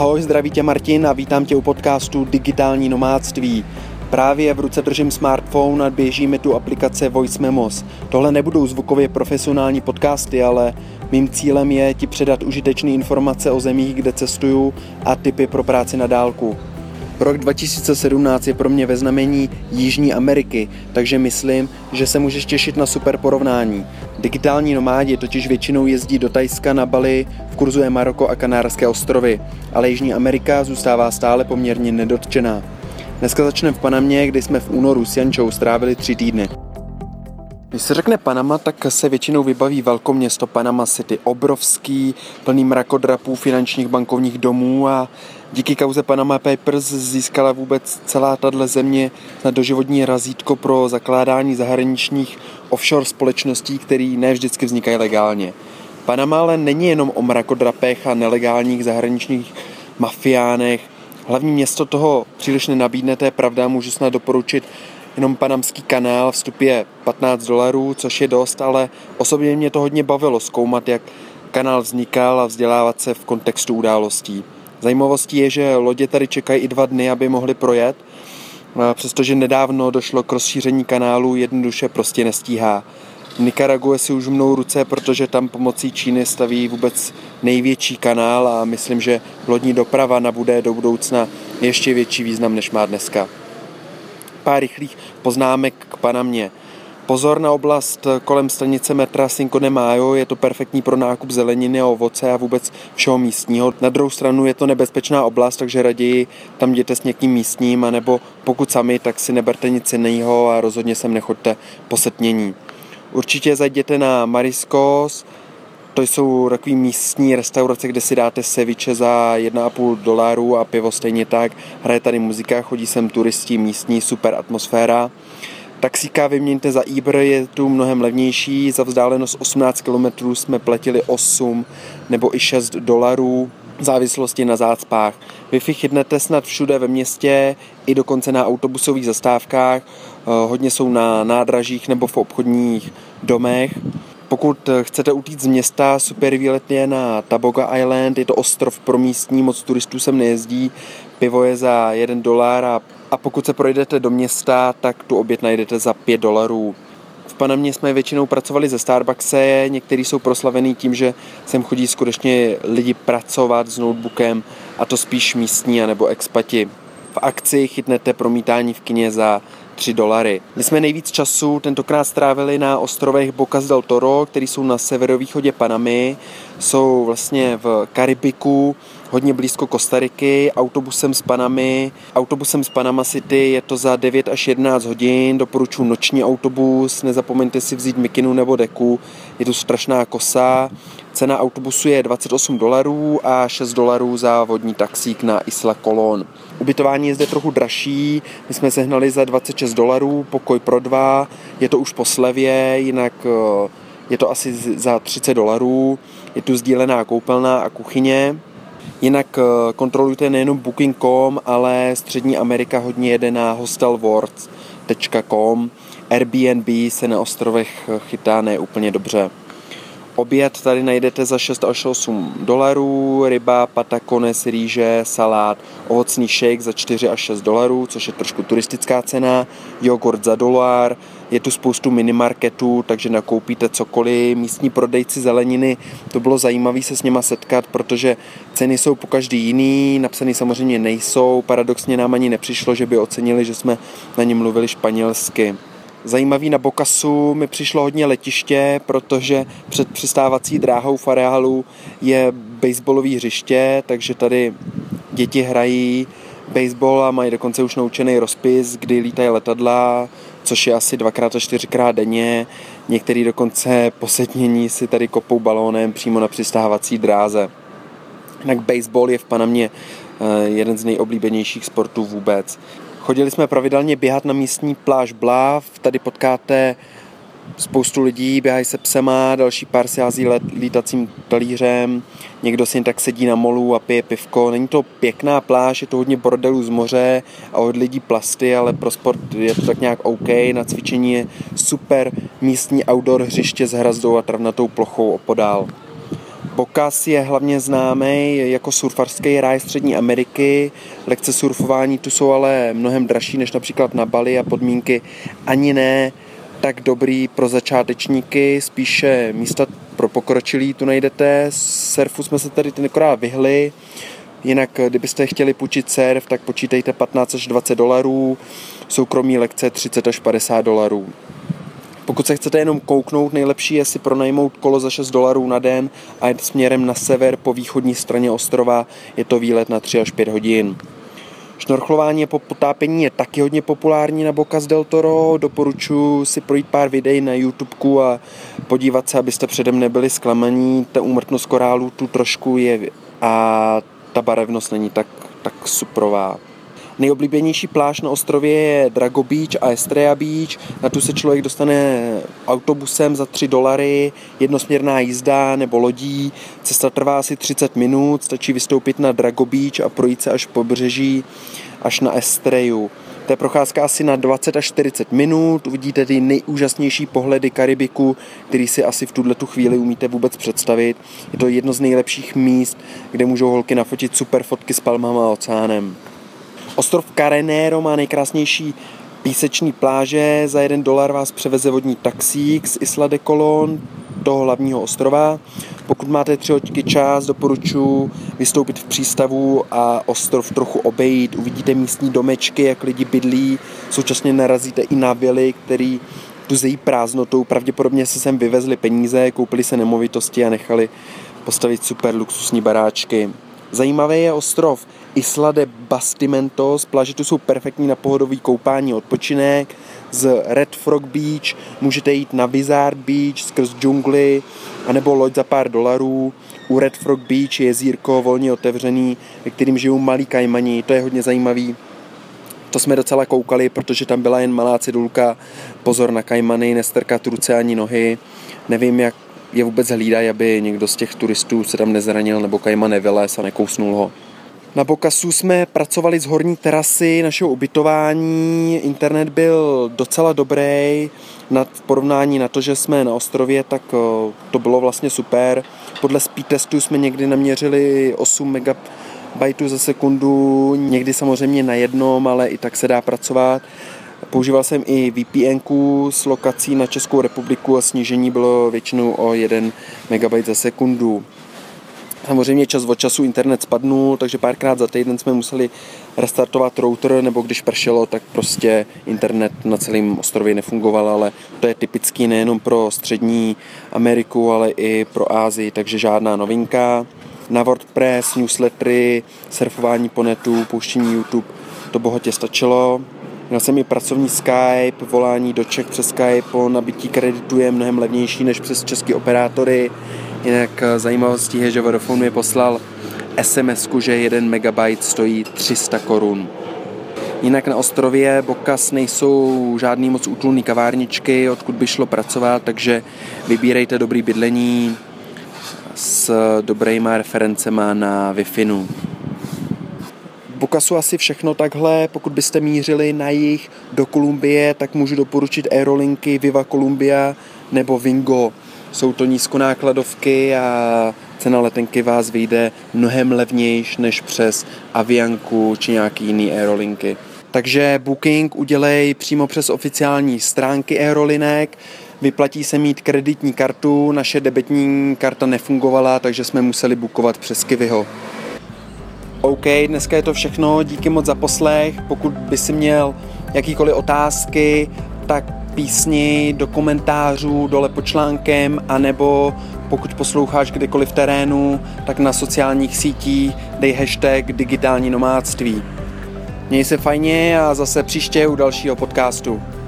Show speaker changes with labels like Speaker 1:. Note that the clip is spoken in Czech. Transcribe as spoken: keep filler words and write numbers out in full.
Speaker 1: Ahoj, zdraví tě Martin a vítám tě u podcastu Digitální nomádství. Právě v ruce držím smartphone a běží mi tu aplikace Voice Memos. Tohle nebudou zvukově profesionální podcasty, ale mým cílem je ti předat užitečné informace o zemích, kde cestuju a tipy pro práci na dálku. Rok dva tisíce sedmnáct je pro mě ve znamení Jižní Ameriky, takže myslím, že se můžeš těšit na super porovnání. Digitální nomádi totiž většinou jezdí do Thajska, na Bali, v kurzu je Maroko a Kanárské ostrovy, ale Jižní Amerika zůstává stále poměrně nedotčená. Dneska začneme v Panamě, kde jsme v únoru s Jančou strávili tři týdny. Když se řekne Panama, tak se většinou vybaví velkoměsto Panama City, obrovský, plný mrakodrapů, finančních bankovních domů a díky kauze Panama Papers získala vůbec celá tato země na doživotní razítko pro zakládání zahraničních offshore společností, které ne vždycky vznikají legálně. Panama ale není jenom o mrakodrapech a nelegálních zahraničních mafiánech. Hlavní město toho příliš nenabídne, to je pravda, můžu snad doporučit jenom Panamský kanál, vstup je patnáct dolarů, což je dost, ale osobně mě to hodně bavilo zkoumat, jak kanál vznikal a vzdělávat se v kontextu událostí. Zajímavostí je, že lodě tady čekají i dva dny, aby mohly projet, přestože nedávno došlo k rozšíření kanálu, jednoduše prostě nestíhá. V Nikarague si už mnou ruce, protože tam pomocí Číny staví vůbec největší kanál a myslím, že lodní doprava nabude do budoucna ještě větší význam, než má dneska. Pár rychlých poznámek k Panamě. Pozor na oblast kolem stanice metra Cinco de Mayo, je to perfektní pro nákup zeleniny a ovoce a vůbec všeho místního. Na druhou stranu je to nebezpečná oblast, takže raději tam jděte s někým místním, anebo pokud sami, tak si neberte nic jiného a rozhodně sem nechoďte po setmění. Určitě zajděte na Mariscos, to jsou takový místní restaurace, kde si dáte ceviche za jedna a půl doláru a pivo stejně tak. Hraje tady muzika, chodí sem turisti, místní, super atmosféra. Taxíka vyměňte za Uber, je tu mnohem levnější, za vzdálenost osmnáct kilometrů jsme platili osm nebo i šest dolarů v závislosti na zácpách. Wi-Fi chytnete snad všude ve městě, i dokonce na autobusových zastávkách, hodně jsou na nádražích nebo v obchodních domech. Pokud chcete utíct z města, super výlet je na Taboga Island, je to ostrov pro místní, moc turistů sem nejezdí, pivo je za jeden dolar a, a pokud se projdete do města, tak tu oběd najdete za pět dolarů. V Panamě jsme většinou pracovali ze Starbuckse, někteří jsou proslavený tím, že sem chodí skutečně lidi pracovat s notebookem a to spíš místní anebo expati. V akci chytnete promítání v kině za tři dolary. My jsme nejvíc času tentokrát strávili na ostrovech Bocas del Toro, které jsou na severovýchodě Panamy, jsou vlastně v Karibiku, hodně blízko Kostariky, autobusem z Panamy, autobusem z Panama City je to za devět až jedenáct hodin, doporučuji noční autobus, nezapomeňte si vzít mikinu nebo deku, je tu strašná kosa, cena autobusu je dvacet osm dolarů a šest dolarů za vodní taxík na Isla Colón. Ubytování je zde trochu dražší, my jsme sehnali za dvacet šest dolarů, pokoj pro dva, je to už po slevě, jinak je to asi za třicet dolarů, je tu sdílená koupelna a kuchyně. Jinak kontrolujte nejenom booking tečka com, ale Střední Amerika hodně jede na hostelwords tečka com. Airbnb se na ostrovech chytá ne úplně dobře. Oběd tady najdete za šest až osm dolarů, ryba, patacones, rýže, salát, ovocný shake za čtyři až šest dolarů, což je trošku turistická cena, jogurt za dolar, je tu spoustu minimarketů, takže nakoupíte cokoliv, místní prodejci zeleniny, to bylo zajímavé se s něma setkat, protože ceny jsou po každý jiný, napsaný samozřejmě nejsou, paradoxně nám ani nepřišlo, že by ocenili, že jsme na ně mluvili španělsky. Zajímavý na Bocasu mi přišlo hodně letiště, protože před přistávací dráhou v areálu je baseballové hřiště, takže tady děti hrají baseball a mají dokonce už naučený rozpis, kdy lítají letadla, což je asi dvakrát a čtyřikrát denně. Některý dokonce po setmění si tady kopou balónem přímo na přistávací dráze. Jinak baseball je v Panamě jeden z nejoblíbenějších sportů vůbec. Chodili jsme pravidelně běhat na místní pláž Bluff, tady potkáte spoustu lidí, běhají se psema, další pár si hází lítacím talířem, někdo si jen tak sedí na molu a pije pivko. Není to pěkná pláž, je to hodně bordelů z moře a od lidí plasty, ale pro sport je to tak nějak OK. Na cvičení je super místní outdoor hřiště s hrazdou a travnatou plochou opodál. Bocas je hlavně známý jako surfarský ráj Střední Ameriky. Lekce surfování tu jsou ale mnohem dražší než například na Bali a podmínky ani ne tak dobrý pro začátečníky, spíše místa pro pokročilí tu najdete. Surfu jsme se tady tenkrát vyhli, jinak kdybyste chtěli půjčit surf, tak počítejte patnáct až dvacet dolarů, soukromí lekce třicet až padesát dolarů. Pokud se chcete jenom kouknout, nejlepší je si pronajmout kolo za šest dolarů na den a jet směrem na sever po východní straně ostrova, je to výlet na tři až pět hodin. Šnorchlování po potápění je taky hodně populární na Bocas del Toro, doporučuji si projít pár videí na YouTubeku a podívat se, abyste předem nebyli zklamaní, ta úmrtnost korálů tu trošku je a ta barevnost není tak, tak suprová. Nejoblíbenější pláž na ostrově je Drago Beach a Estrella Beach. Na tu se člověk dostane autobusem za tři dolary, jednosměrná jízda nebo lodí. Cesta trvá asi třicet minut, stačí vystoupit na Drago Beach a projít se až po pobřeží, až na Estrellu. To je procházka asi na dvacet až čtyřicet minut, uvidíte ty nejúžasnější pohledy Karibiku, který si asi v tuhle tu chvíli umíte vůbec představit. Je to jedno z nejlepších míst, kde můžou holky nafotit super fotky s palmama a oceánem. Ostrov Carneiro má nejkrásnější píseční pláže, za jeden dolar vás převeze vodní taxík z Isla de Colón, toho hlavního ostrova. Pokud máte tři hodiny čas, doporučuji vystoupit v přístavu a ostrov trochu obejít. Uvidíte místní domečky, jak lidi bydlí, současně narazíte i na vily, který tu zejí prázdnotou. Pravděpodobně se sem vyvezli peníze, koupili se nemovitosti a nechali postavit super luxusní baráčky. Zajímavý je ostrov Isla de Bastimentos, pláže tu jsou perfektní na pohodový koupání, odpočinek. Z Red Frog Beach můžete jít na Wizard Beach skrz džungli, anebo loď za pár dolarů. U Red Frog Beach je jezírko volně otevřený, ve kterým žijou malí kajmani, to je hodně zajímavý. To jsme docela koukali, protože tam byla jen malá cedulka, pozor na kajmany, nestrkat ruce ani nohy. Nevím, jak je vůbec hlídají, aby někdo z těch turistů se tam nezranil nebo kajman nevylez a nekousnul ho. Na Bocasu jsme pracovali z horní terasy našeho ubytování, internet byl docela dobrý, na porovnání na to, že jsme na ostrově, tak to bylo vlastně super. Podle speed testu jsme někdy naměřili osm megabajtů za sekundu, někdy samozřejmě na jednom, ale i tak se dá pracovat. Používal jsem i V P N ku s lokací na Českou republiku a snížení bylo většinou o jeden megabajt za sekundu. Samozřejmě čas od času internet spadnul, takže párkrát za týden jsme museli restartovat router, nebo když pršelo, tak prostě internet na celém ostrově nefungoval, ale to je typický nejenom pro střední Ameriku, ale i pro Asii, takže žádná novinka. Na WordPress, newslettery, surfování po netu, pouštění YouTube, to bohatě stačilo. Měl jsem i pracovní Skype, volání do Čech přes Skype, po nabití kreditu je mnohem levnější než přes české operátory. Jinak zajímavostí je, že Vodafone mi poslal es em esku, že jeden megabajt stojí tři sta korun. Jinak na ostrově Bocas nejsou žádný moc útulný kavárničky, odkud by šlo pracovat, takže vybírejte dobrý bydlení s dobrýma referencema na Wi-Fi. Bocasu asi všechno takhle, pokud byste mířili na jih do Kolumbie, tak můžu doporučit aerolinky Viva Columbia nebo Wingo. Jsou to nízkonákladovky a cena letenky vás vyjde mnohem levnější než přes Avianku či nějaký jiný aerolinky. Takže booking udělej přímo přes oficiální stránky aerolinek, vyplatí se mít kreditní kartu, naše debetní karta nefungovala, takže jsme museli bookovat přes Kiwiho. OK, dneska je to všechno, díky moc za poslech, pokud by si měl jakýkoliv otázky, tak písni do komentářů dole pod článkem, anebo pokud posloucháš kdekoliv v terénu, tak na sociálních sítích dej hashtag digitální nomádství. Měj se fajně a zase příště u dalšího podcastu.